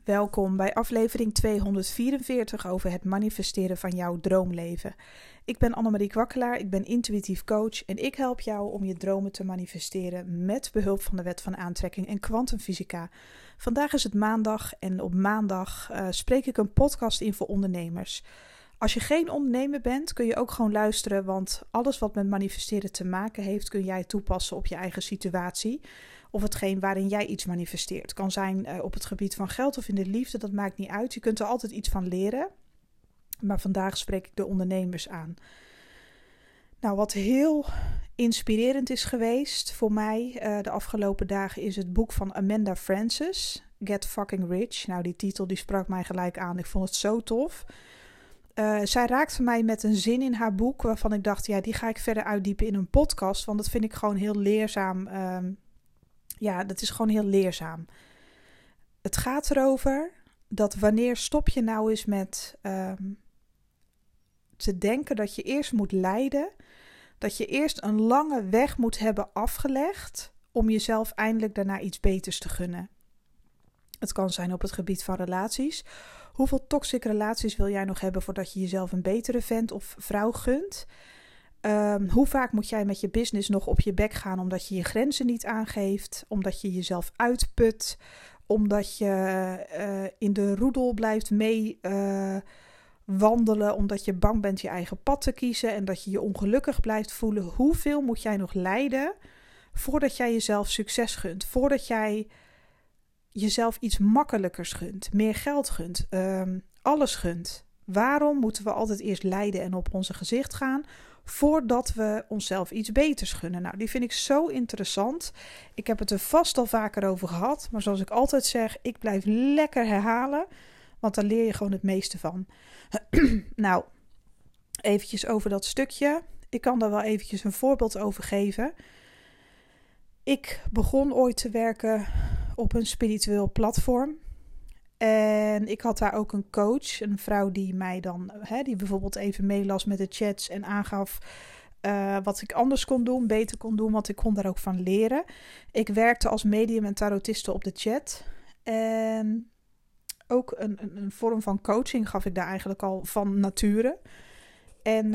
Welkom bij aflevering 244 over het manifesteren van jouw droomleven. Ik ben Annemarie Kwakkelaar, ik ben intuïtief coach en ik help jou om je dromen te manifesteren met behulp van de wet van aantrekking en kwantumfysica. Vandaag is het maandag en op maandag spreek ik een podcast in voor ondernemers. Als je geen ondernemer bent, kun je ook gewoon luisteren, want alles wat met manifesteren te maken heeft, kun jij toepassen op je eigen situatie. Of hetgeen waarin jij iets manifesteert. Het kan zijn op het gebied van geld of in de liefde, dat maakt niet uit. Je kunt er altijd iets van leren. Maar vandaag spreek ik de ondernemers aan. Nou, wat heel inspirerend is geweest voor mij de afgelopen dagen is het boek van Amanda Frances, Get Fucking Rich. Nou, die titel die sprak mij gelijk aan. Ik vond het zo tof. Zij raakte mij met een zin in haar boek waarvan ik dacht, ja, die ga ik verder uitdiepen in een podcast. Want dat vind ik gewoon heel leerzaam. Dat is gewoon heel leerzaam. Het gaat erover dat wanneer stop je nou eens met te denken dat je eerst moet lijden. Dat je eerst een lange weg moet hebben afgelegd om jezelf eindelijk daarna iets beters te gunnen. Het kan zijn op het gebied van relaties. Hoeveel toxic relaties wil jij nog hebben voordat je jezelf een betere vent of vrouw gunt? Hoe vaak moet jij met je business nog op je bek gaan omdat je je grenzen niet aangeeft, omdat je jezelf uitput, omdat je in de roedel blijft mee wandelen, omdat je bang bent je eigen pad te kiezen en dat je je ongelukkig blijft voelen. Hoeveel moet jij nog lijden voordat jij jezelf succes gunt, voordat jij jezelf iets makkelijkers gunt, meer geld gunt, alles gunt? Waarom moeten we altijd eerst lijden en op onze gezicht gaan voordat we onszelf iets beters gunnen? Nou, die vind ik zo interessant. Ik heb het er vast al vaker over gehad. Maar zoals ik altijd zeg, ik blijf lekker herhalen. Want daar leer je gewoon het meeste van. Nou, eventjes over dat stukje. Ik kan daar wel eventjes een voorbeeld over geven. Ik begon ooit te werken op een spiritueel platform. En ik had daar ook een coach, een vrouw die mij dan, die bijvoorbeeld even meelas met de chats en aangaf wat ik anders kon doen, beter kon doen, want ik kon daar ook van leren. Ik werkte als medium en tarotiste op de chat. En ook een vorm van coaching gaf ik daar eigenlijk al van nature. En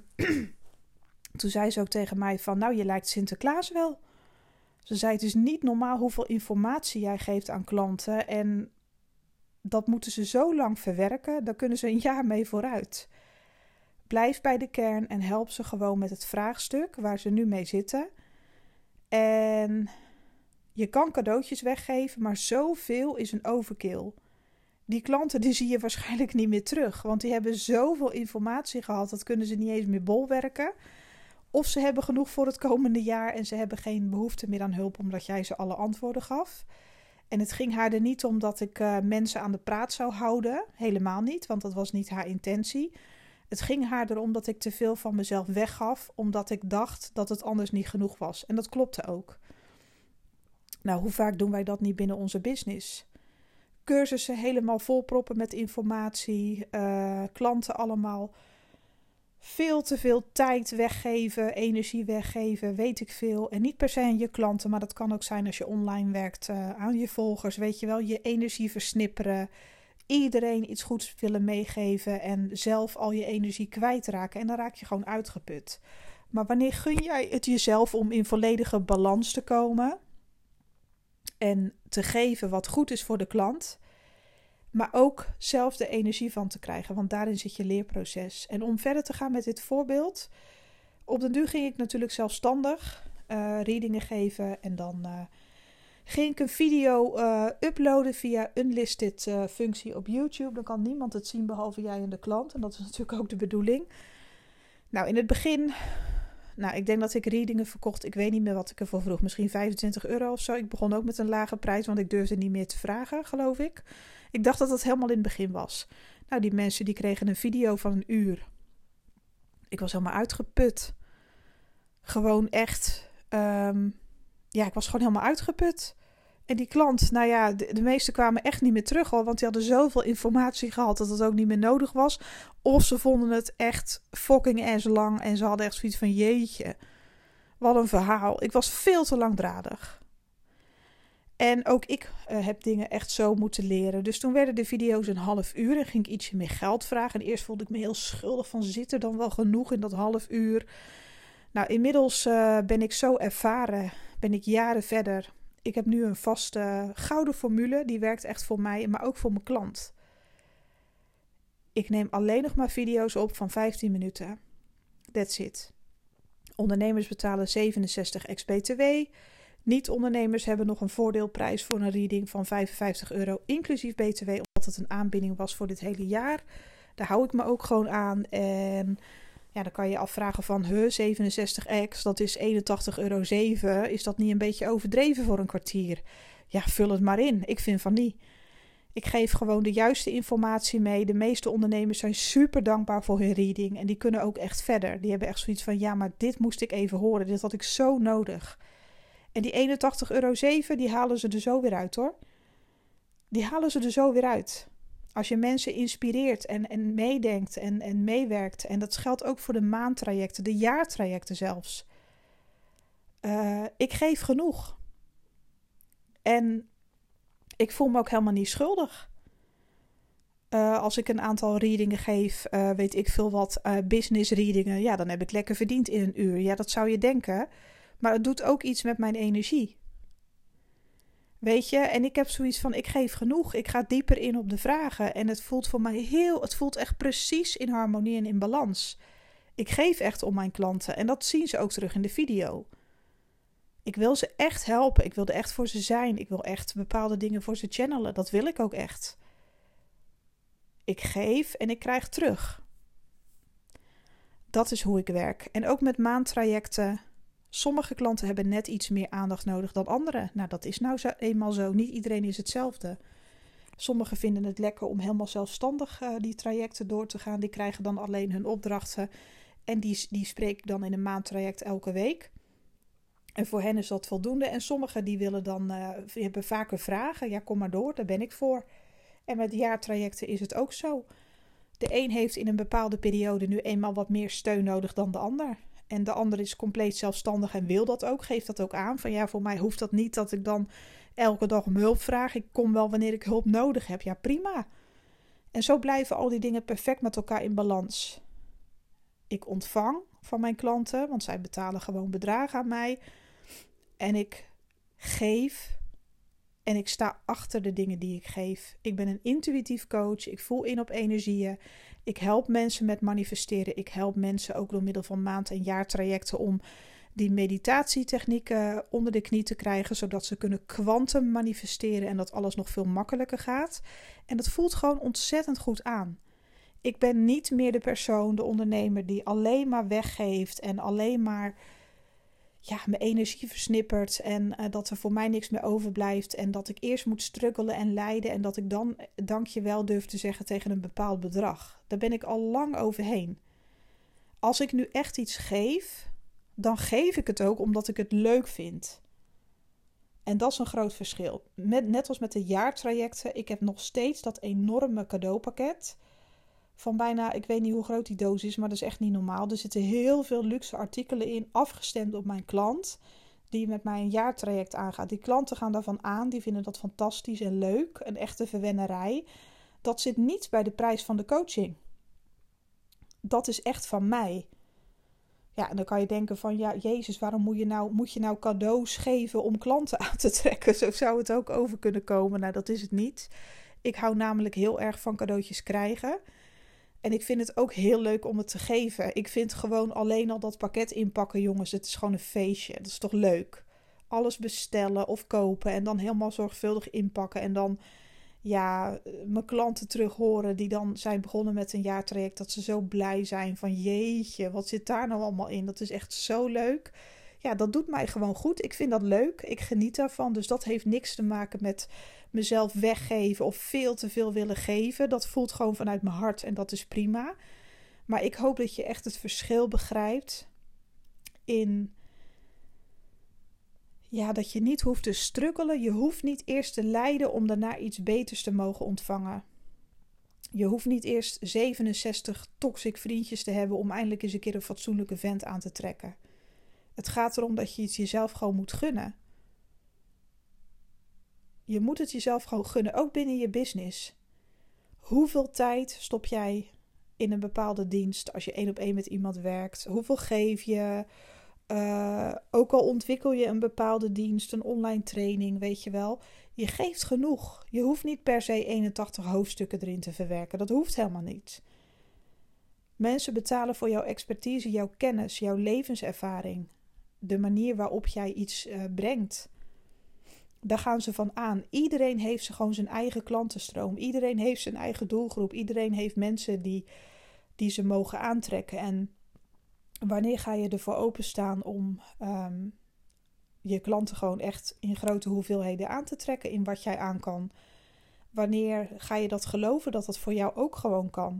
toen zei ze ook tegen mij van, nou, je lijkt Sinterklaas wel. Ze zei, het is niet normaal hoeveel informatie jij geeft aan klanten en dat moeten ze zo lang verwerken, daar kunnen ze een jaar mee vooruit. Blijf bij de kern en help ze gewoon met het vraagstuk waar ze nu mee zitten. En je kan cadeautjes weggeven, maar zoveel is een overkill. Die klanten die zie je waarschijnlijk niet meer terug, want die hebben zoveel informatie gehad, dat kunnen ze niet eens meer bolwerken. Of ze hebben genoeg voor het komende jaar en ze hebben geen behoefte meer aan hulp omdat jij ze alle antwoorden gaf. En het ging haar er niet om dat ik mensen aan de praat zou houden. Helemaal niet, want dat was niet haar intentie. Het ging haar erom dat ik te veel van mezelf weggaf, omdat ik dacht dat het anders niet genoeg was. En dat klopte ook. Nou, hoe vaak doen wij dat niet binnen onze business? Cursussen helemaal volproppen met informatie, klanten allemaal veel te veel tijd weggeven, energie weggeven, weet ik veel. En niet per se aan je klanten, maar dat kan ook zijn als je online werkt aan je volgers. Weet je wel, je energie versnipperen, iedereen iets goeds willen meegeven en zelf al je energie kwijtraken. En dan raak je gewoon uitgeput. Maar wanneer gun jij het jezelf om in volledige balans te komen en te geven wat goed is voor de klant, maar ook zelf de energie van te krijgen, want daarin zit je leerproces. En om verder te gaan met dit voorbeeld, op den duur ging ik natuurlijk zelfstandig readingen geven en dan ging ik een video uploaden via unlisted functie op YouTube. Dan kan niemand het zien behalve jij en de klant en dat is natuurlijk ook de bedoeling. Nou, in het begin, ik denk dat ik readingen verkocht, ik weet niet meer wat ik ervoor vroeg, misschien €25 of zo. Ik begon ook met een lage prijs, want ik durfde niet meer te vragen, geloof ik. Ik dacht dat dat helemaal in het begin was. Nou, die mensen die kregen een video van 1 uur. Ik was helemaal uitgeput. Gewoon echt, ik was gewoon helemaal uitgeput. En die klant, de meesten kwamen echt niet meer terug al, want die hadden zoveel informatie gehad dat het ook niet meer nodig was. Of ze vonden het echt fucking ass lang en ze hadden echt zoiets van, jeetje, wat een verhaal. Ik was veel te langdradig. En ook ik heb dingen echt zo moeten leren. Dus toen werden de video's een half uur en ging ik ietsje meer geld vragen. En eerst voelde ik me heel schuldig van, zit er dan wel genoeg in dat half uur? Nou, inmiddels ben ik zo ervaren, ben ik jaren verder. Ik heb nu een vaste gouden formule, die werkt echt voor mij, maar ook voor mijn klant. Ik neem alleen nog maar video's op van 15 minuten. That's it. Ondernemers betalen 67 ex-BTW. Niet-ondernemers hebben nog een voordeelprijs voor een reading van €55 inclusief BTW, omdat het een aanbieding was voor dit hele jaar. Daar hou ik me ook gewoon aan. En ja, dan kan je afvragen van 67x, dat is €81,07. Is dat niet een beetje overdreven voor een kwartier? Ja, vul het maar in. Ik vind van niet. Ik geef gewoon de juiste informatie mee. De meeste ondernemers zijn super dankbaar voor hun reading. En die kunnen ook echt verder. Die hebben echt zoiets van, ja, maar dit moest ik even horen. Dit had ik zo nodig. En die €81,07, die halen ze er zo weer uit, hoor. Die halen ze er zo weer uit. Als je mensen inspireert en meedenkt en meewerkt. En dat geldt ook voor de maandtrajecten, de jaartrajecten zelfs. Ik geef genoeg. En ik voel me ook helemaal niet schuldig. Als ik een aantal readingen geef, weet ik veel wat, business readingen. Ja, dan heb ik lekker verdiend in een uur. Ja, dat zou je denken. Maar het doet ook iets met mijn energie. Weet je, en ik heb zoiets van, ik geef genoeg. Ik ga dieper in op de vragen. En het voelt voor mij het voelt echt precies in harmonie en in balans. Ik geef echt om mijn klanten. En dat zien ze ook terug in de video. Ik wil ze echt helpen. Ik wil er echt voor ze zijn. Ik wil echt bepaalde dingen voor ze channelen. Dat wil ik ook echt. Ik geef en ik krijg terug. Dat is hoe ik werk. En ook met maandtrajecten. Sommige klanten hebben net iets meer aandacht nodig dan anderen. Nou, dat is nou eenmaal zo. Niet iedereen is hetzelfde. Sommigen vinden het lekker om helemaal zelfstandig die trajecten door te gaan. Die krijgen dan alleen hun opdrachten. En die spreek ik dan in een maandtraject elke week. En voor hen is dat voldoende. En sommigen die willen dan, hebben vaker vragen. Ja, kom maar door, daar ben ik voor. En met jaartrajecten is het ook zo. De een heeft in een bepaalde periode nu eenmaal wat meer steun nodig dan de ander. En de ander is compleet zelfstandig en wil dat ook. Geeft dat ook aan. Van ja, voor mij hoeft dat niet dat ik dan elke dag om hulp vraag. Ik kom wel wanneer ik hulp nodig heb. Ja, prima. En zo blijven al die dingen perfect met elkaar in balans. Ik ontvang van mijn klanten, want zij betalen gewoon bedragen aan mij. En ik geef en ik sta achter de dingen die ik geef. Ik ben een intuïtief coach. Ik voel in op energieën. Ik help mensen met manifesteren. Ik help mensen ook door middel van maand- en jaartrajecten om die meditatietechnieken onder de knie te krijgen, zodat ze kunnen kwantum manifesteren en dat alles nog veel makkelijker gaat. En dat voelt gewoon ontzettend goed aan. Ik ben niet meer de persoon, de ondernemer, die alleen maar weggeeft en alleen maar mijn energie versnippert en dat er voor mij niks meer overblijft en dat ik eerst moet struggelen en lijden en dat ik dan dankjewel durf te zeggen tegen een bepaald bedrag. Daar ben ik al lang overheen. Als ik nu echt iets geef, dan geef ik het ook omdat ik het leuk vind. En dat is een groot verschil. Net als met de jaartrajecten, ik heb nog steeds dat enorme cadeaupakket van bijna, ik weet niet hoe groot die doos is, maar dat is echt niet normaal. Er zitten heel veel luxe artikelen in, afgestemd op mijn klant, die met mij een jaartraject aangaat. Die klanten gaan daarvan aan, die vinden dat fantastisch en leuk, een echte verwennerij. Dat zit niet bij de prijs van de coaching. Dat is echt van mij. Ja, en dan kan je denken van, ja, Jezus, waarom moet je nou cadeaus geven om klanten aan te trekken? Zo zou het ook over kunnen komen. Nou, dat is het niet. Ik hou namelijk heel erg van cadeautjes krijgen. En ik vind het ook heel leuk om het te geven. Ik vind gewoon alleen al dat pakket inpakken, jongens, het is gewoon een feestje. Dat is toch leuk? Alles bestellen of kopen en dan helemaal zorgvuldig inpakken. En dan, mijn klanten terug horen die dan zijn begonnen met een jaartraject. Dat ze zo blij zijn van, jeetje, wat zit daar nou allemaal in? Dat is echt zo leuk. Ja, dat doet mij gewoon goed. Ik vind dat leuk. Ik geniet daarvan. Dus dat heeft niks te maken met mezelf weggeven of veel te veel willen geven. Dat voelt gewoon vanuit mijn hart en dat is prima. Maar ik hoop dat je echt het verschil begrijpt in, dat je niet hoeft te struggelen. Je hoeft niet eerst te lijden om daarna iets beters te mogen ontvangen. Je hoeft niet eerst 67 toxic vriendjes te hebben om eindelijk eens een keer een fatsoenlijke vent aan te trekken. Het gaat erom dat je het jezelf gewoon moet gunnen. Je moet het jezelf gewoon gunnen, ook binnen je business. Hoeveel tijd stop jij in een bepaalde dienst als je 1-op-1 met iemand werkt? Hoeveel geef je? Ook al ontwikkel je een bepaalde dienst, een online training, weet je wel. Je geeft genoeg. Je hoeft niet per se 81 hoofdstukken erin te verwerken. Dat hoeft helemaal niet. Mensen betalen voor jouw expertise, jouw kennis, jouw levenservaring. De manier waarop jij iets brengt. Daar gaan ze van aan. Iedereen heeft gewoon zijn eigen klantenstroom. Iedereen heeft zijn eigen doelgroep. Iedereen heeft mensen die ze mogen aantrekken. En wanneer ga je ervoor openstaan om je klanten gewoon echt in grote hoeveelheden aan te trekken in wat jij aan kan? Wanneer ga je dat geloven dat dat voor jou ook gewoon kan?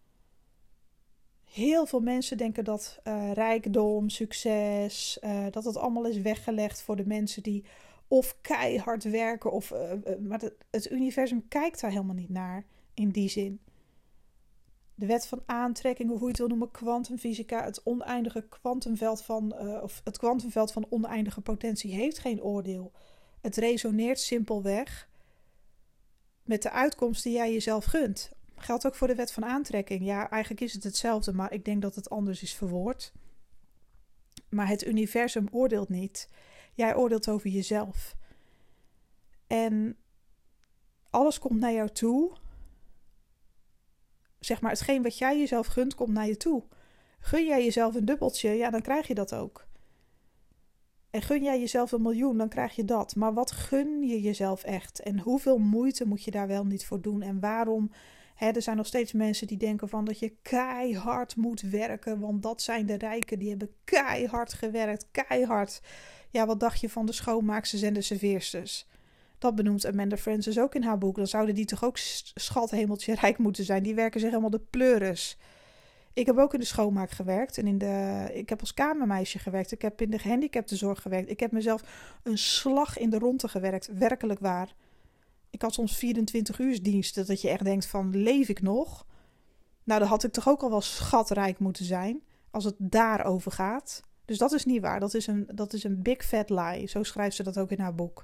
Heel veel mensen denken dat rijkdom, succes, dat het allemaal is weggelegd voor de mensen die of keihard werken. Maar het universum kijkt daar helemaal niet naar in die zin. De wet van aantrekking, of hoe je het wil noemen, kwantumfysica, het oneindige kwantumveld het kwantumveld van oneindige potentie heeft geen oordeel. Het resoneert simpelweg met de uitkomst die jij jezelf gunt. Geldt ook voor de wet van aantrekking. Ja, eigenlijk is het hetzelfde, maar ik denk dat het anders is verwoord. Maar het universum oordeelt niet. Jij oordeelt over jezelf. En alles komt naar jou toe. Zeg maar, hetgeen wat jij jezelf gunt, komt naar je toe. Gun jij jezelf een dubbeltje, ja, dan krijg je dat ook. En gun jij jezelf 1 miljoen, dan krijg je dat. Maar wat gun je jezelf echt? En hoeveel moeite moet je daar wel niet voor doen? En waarom? Er zijn nog steeds mensen die denken van dat je keihard moet werken. Want dat zijn de rijken, die hebben keihard gewerkt. Keihard. Ja, wat dacht je van de schoonmaaksters en de serveersters? Dat benoemt Amanda Frances ook in haar boek. Dan zouden die toch ook schathemeltje rijk moeten zijn. Die werken zich helemaal de pleuris. Ik heb ook in de schoonmaak gewerkt. En ik heb als kamermeisje gewerkt. Ik heb in de gehandicaptenzorg gewerkt. Ik heb mezelf een slag in de ronde gewerkt. Werkelijk waar. Ik had soms 24 uur diensten. Dat je echt denkt van, leef ik nog? Nou, dan had ik toch ook al wel schatrijk moeten zijn. Als het daarover gaat. Dus dat is niet waar. Dat is een big fat lie. Zo schrijft ze dat ook in haar boek.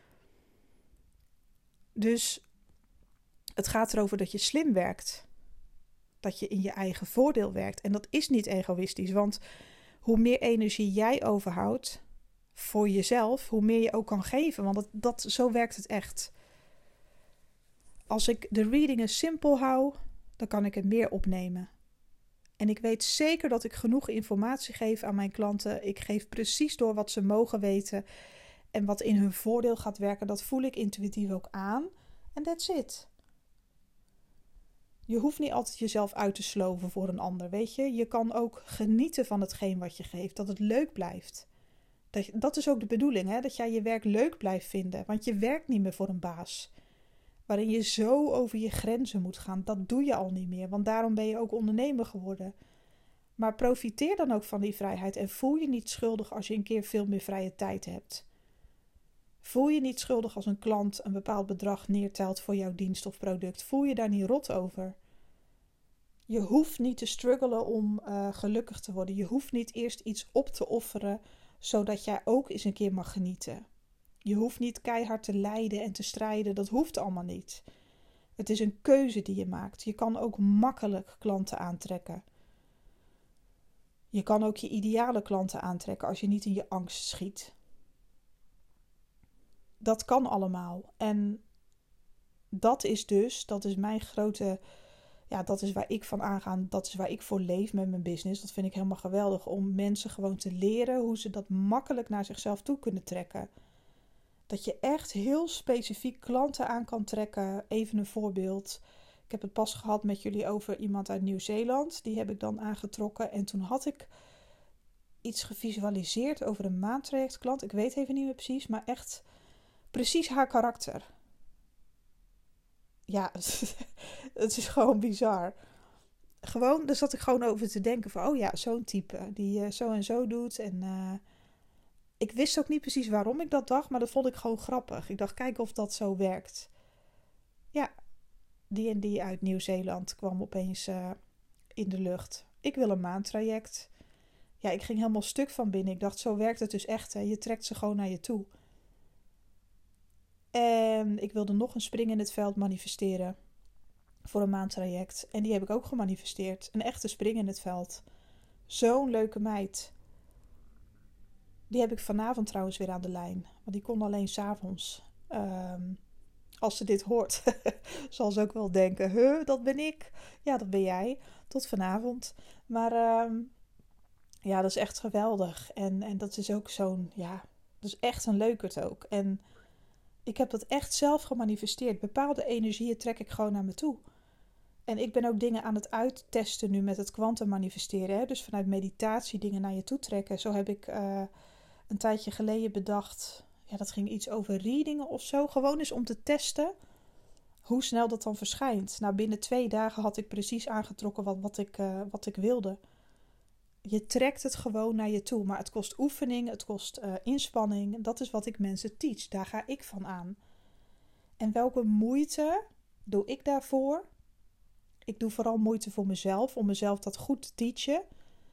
Dus het gaat erover dat je slim werkt. Dat je in je eigen voordeel werkt. En dat is niet egoïstisch. Want hoe meer energie jij overhoudt voor jezelf, hoe meer je ook kan geven. Want zo werkt het echt. Als ik de readingen simpel hou, dan kan ik het meer opnemen. En ik weet zeker dat ik genoeg informatie geef aan mijn klanten. Ik geef precies door wat ze mogen weten. En wat in hun voordeel gaat werken, dat voel ik intuïtief ook aan. En that's it. Je hoeft niet altijd jezelf uit te sloven voor een ander, weet je. Je kan ook genieten van hetgeen wat je geeft, dat het leuk blijft. Dat is ook de bedoeling, hè? Dat jij je werk leuk blijft vinden. Want je werkt niet meer voor een baas. Waarin je zo over je grenzen moet gaan, dat doe je al niet meer. Want daarom ben je ook ondernemer geworden. Maar profiteer dan ook van die vrijheid en voel je niet schuldig als je een keer veel meer vrije tijd hebt. Voel je niet schuldig als een klant een bepaald bedrag neertelt voor jouw dienst of product. Voel je daar niet rot over. Je hoeft niet te struggelen om gelukkig te worden. Je hoeft niet eerst iets op te offeren, zodat jij ook eens een keer mag genieten. Je hoeft niet keihard te lijden en te strijden. Dat hoeft allemaal niet. Het is een keuze die je maakt. Je kan ook makkelijk klanten aantrekken. Je kan ook je ideale klanten aantrekken als je niet in je angst schiet. Dat kan allemaal. En dat is mijn grote, ja, dat is waar ik van aanga. Dat is waar ik voor leef met mijn business. Dat vind ik helemaal geweldig. Om mensen gewoon te leren hoe ze dat makkelijk naar zichzelf toe kunnen trekken. Dat je echt heel specifiek klanten aan kan trekken. Even een voorbeeld. Ik heb het pas gehad met jullie over iemand uit Nieuw-Zeeland. Die heb ik dan aangetrokken. En toen had ik iets gevisualiseerd over een maandtrajectklant. Ik weet even niet meer precies, maar echt precies haar karakter. Ja, het is gewoon bizar. Gewoon, daar zat ik gewoon over te denken van, oh ja, zo'n type die zo en zo doet. En ik wist ook niet precies waarom ik dat dacht, maar dat vond ik gewoon grappig. Ik dacht, kijk of dat zo werkt. Ja, die en die uit Nieuw-Zeeland kwam opeens in de lucht. Ik wil een maandtraject. Ja, ik ging helemaal stuk van binnen. Ik dacht, zo werkt het dus echt. Hè? Je trekt ze gewoon naar je toe. En ik wilde nog een spring in het veld manifesteren voor een maandtraject. En die heb ik ook gemanifesteerd. Een echte spring in het veld. Zo'n leuke meid. Die heb ik vanavond trouwens weer aan de lijn. Want die kon alleen 's avonds. Als ze dit hoort, zal ze ook wel denken, dat ben ik. Ja, dat ben jij. Tot vanavond. Maar ja, dat is echt geweldig. En dat is ook zo'n, ja, dat is echt een leukert ook. En ik heb dat echt zelf gemanifesteerd. Bepaalde energieën trek ik gewoon naar me toe. En ik ben ook dingen aan het uittesten nu met het kwantum manifesteren. Hè? Dus vanuit meditatie dingen naar je toe trekken. Zo heb ik een tijdje geleden bedacht. Ja, dat ging iets over readingen of zo. Gewoon eens om te testen hoe snel dat dan verschijnt. Nou, binnen 2 dagen had ik precies aangetrokken wat ik wilde. Je trekt het gewoon naar je toe. Maar het kost oefening, het kost inspanning. Dat is wat ik mensen teach. Daar ga ik van aan. En welke moeite doe ik daarvoor? Ik doe vooral moeite voor mezelf, om mezelf dat goed te teachen.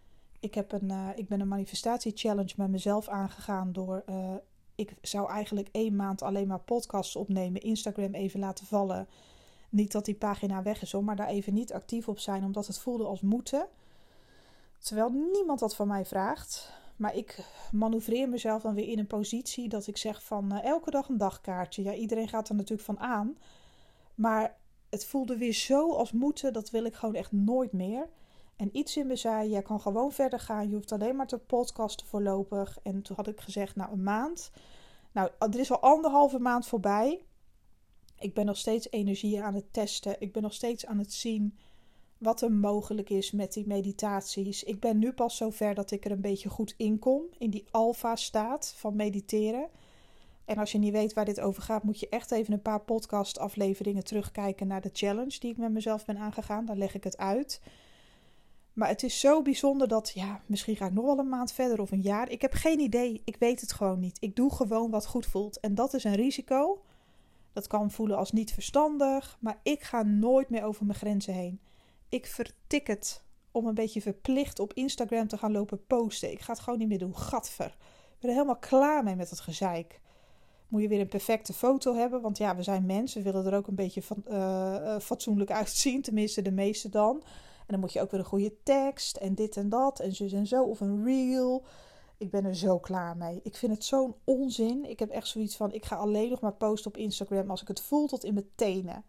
Ik ben een manifestatie-challenge met mezelf aangegaan door... ik zou eigenlijk 1 maand alleen maar podcasts opnemen, Instagram even laten vallen. Niet dat die pagina weg is, maar daar even niet actief op zijn, omdat het voelde als moeten. Terwijl niemand dat van mij vraagt. Maar ik manoeuvreer mezelf dan weer in een positie dat ik zeg van elke dag een dagkaartje. Ja, iedereen gaat er natuurlijk van aan. Maar het voelde weer zo als moeten, dat wil ik gewoon echt nooit meer. En iets in me zei, jij kan gewoon verder gaan. Je hoeft alleen maar te podcasten voorlopig. En toen had ik gezegd, nou 1 maand. Nou, er is al 1,5 maand voorbij. Ik ben nog steeds energieën aan het testen. Ik ben nog steeds aan het zien wat er mogelijk is met die meditaties. Ik ben nu pas zover dat ik er een beetje goed in kom. In die alpha staat van mediteren. En als je niet weet waar dit over gaat, moet je echt even een paar podcastafleveringen terugkijken naar de challenge die ik met mezelf ben aangegaan. Daar leg ik het uit. Maar het is zo bijzonder dat, ja, misschien ga ik nog wel 1 maand verder of 1 jaar. Ik heb geen idee. Ik weet het gewoon niet. Ik doe gewoon wat goed voelt. En dat is een risico. Dat kan voelen als niet verstandig. Maar ik ga nooit meer over mijn grenzen heen. Ik vertik het om een beetje verplicht op Instagram te gaan lopen posten. Ik ga het gewoon niet meer doen. Gadver. Ik ben er helemaal klaar mee met het gezeik. Moet je weer een perfecte foto hebben. Want ja, we zijn mensen. We willen er ook een beetje fatsoenlijk uitzien. Tenminste, de meeste dan. En dan moet je ook weer een goede tekst. En dit en dat. En zus en zo. Of een reel. Ik ben er zo klaar mee. Ik vind het zo'n onzin. Ik heb echt zoiets van, ik ga alleen nog maar posten op Instagram als ik het voel tot in mijn tenen.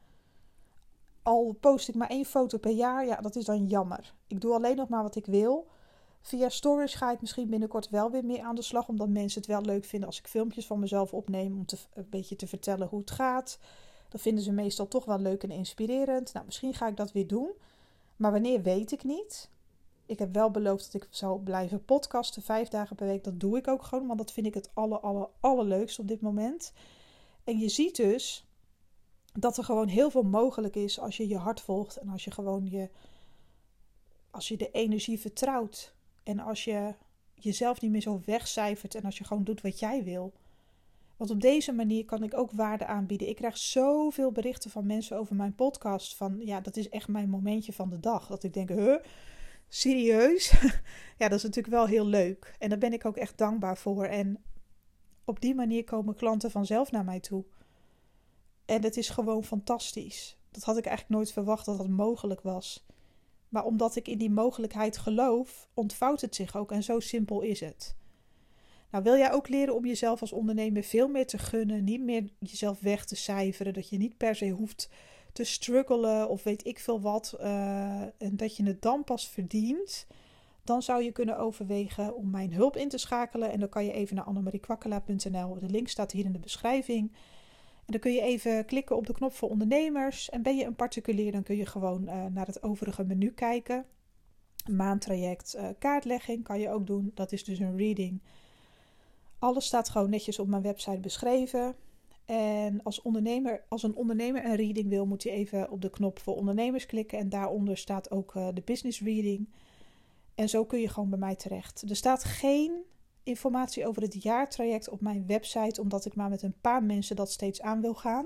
Al post ik maar 1 foto per jaar, ja, dat is dan jammer. Ik doe alleen nog maar wat ik wil. Via stories ga ik misschien binnenkort wel weer meer aan de slag, omdat mensen het wel leuk vinden als ik filmpjes van mezelf opneem om een beetje te vertellen hoe het gaat. Dat vinden ze meestal toch wel leuk en inspirerend. Nou, misschien ga ik dat weer doen. Maar wanneer, weet ik niet. Ik heb wel beloofd dat ik zou blijven podcasten 5 dagen per week. Dat doe ik ook gewoon, want dat vind ik het allerleukste op dit moment. En je ziet dus dat er gewoon heel veel mogelijk is als je je hart volgt. En als je gewoon als je de energie vertrouwt. En als je jezelf niet meer zo wegcijfert. En als je gewoon doet wat jij wil. Want op deze manier kan ik ook waarde aanbieden. Ik krijg zoveel berichten van mensen over mijn podcast. Van ja, dat is echt mijn momentje van de dag. Dat ik denk, serieus? Ja, dat is natuurlijk wel heel leuk. En daar ben ik ook echt dankbaar voor. En op die manier komen klanten vanzelf naar mij toe. En het is gewoon fantastisch. Dat had ik eigenlijk nooit verwacht dat dat mogelijk was. Maar omdat ik in die mogelijkheid geloof, ontvouwt het zich ook. En zo simpel is het. Nou, wil jij ook leren om jezelf als ondernemer veel meer te gunnen, niet meer jezelf weg te cijferen, dat je niet per se hoeft te struggelen of weet ik veel wat, en dat je het dan pas verdient, dan zou je kunnen overwegen om mijn hulp in te schakelen. En dan kan je even naar annemariekwakkelaar.nl. De link staat hier in de beschrijving. En dan kun je even klikken op de knop voor ondernemers. En ben je een particulier, dan kun je gewoon naar het overige menu kijken. Maandtraject, kaartlegging kan je ook doen. Dat is dus een reading. Alles staat gewoon netjes op mijn website beschreven. En als een ondernemer een reading wil, moet je even op de knop voor ondernemers klikken. En daaronder staat ook de business reading. En zo kun je gewoon bij mij terecht. Er staat geen informatie over het jaartraject op mijn website, omdat ik maar met een paar mensen dat steeds aan wil gaan.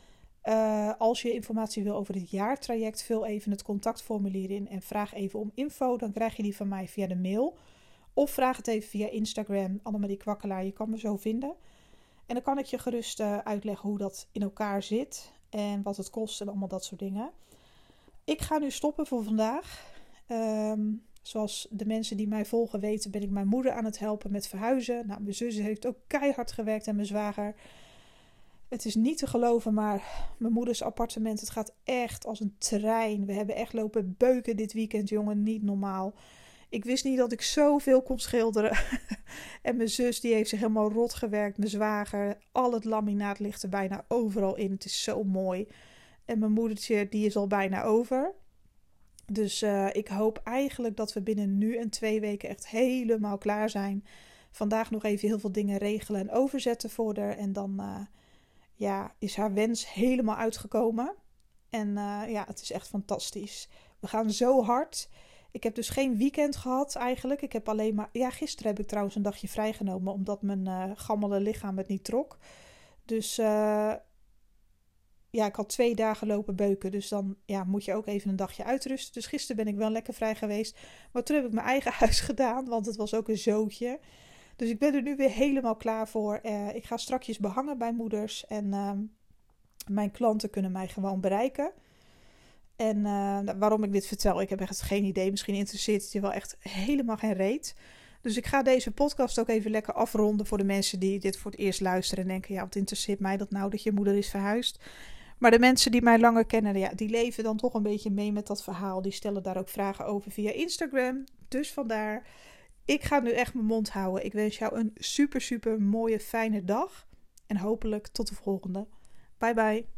Als je informatie wil over het jaartraject, vul even het contactformulier in en vraag even om info. Dan krijg je die van mij via de mail. Of vraag het even via Instagram, Annemarie Kwakkelaar. Je kan me zo vinden. En dan kan ik je gerust uitleggen hoe dat in elkaar zit. En wat het kost en allemaal dat soort dingen. Ik ga nu stoppen voor vandaag. Zoals de mensen die mij volgen weten, ben ik mijn moeder aan het helpen met verhuizen. Nou, mijn zus heeft ook keihard gewerkt en mijn zwager. Het is niet te geloven, maar mijn moeders appartement, het gaat echt als een trein. We hebben echt lopen beuken dit weekend, jongen, niet normaal. Ik wist niet dat ik zoveel kon schilderen. En mijn zus, die heeft zich helemaal rot gewerkt. Mijn zwager, al het laminaat ligt er bijna overal in. Het is zo mooi. En mijn moedertje, die is al bijna over. Dus ik hoop eigenlijk dat we binnen nu en 2 weken echt helemaal klaar zijn. Vandaag nog even heel veel dingen regelen en overzetten voor haar. En dan is haar wens helemaal uitgekomen. En het is echt fantastisch. We gaan zo hard. Ik heb dus geen weekend gehad eigenlijk. Ik heb alleen maar... Ja, gisteren heb ik trouwens een dagje vrijgenomen, omdat mijn gammele lichaam het niet trok. Dus ik had 2 dagen lopen beuken. Dus dan moet je ook even een dagje uitrusten. Dus gisteren ben ik wel lekker vrij geweest. Maar toen heb ik mijn eigen huis gedaan, want het was ook een zootje. Dus ik ben er nu weer helemaal klaar voor. Ik ga strakjes behangen bij moeders. En mijn klanten kunnen mij gewoon bereiken. En waarom ik dit vertel, ik heb echt geen idee. Misschien interesseert het je wel echt helemaal geen reet. Dus ik ga deze podcast ook even lekker afronden voor de mensen die dit voor het eerst luisteren. En denken, wat interesseert mij dat nou dat je moeder is verhuisd. Maar de mensen die mij langer kennen, die leven dan toch een beetje mee met dat verhaal. Die stellen daar ook vragen over via Instagram. Dus vandaar, ik ga nu echt mijn mond houden. Ik wens jou een super, super mooie, fijne dag. En hopelijk tot de volgende. Bye bye.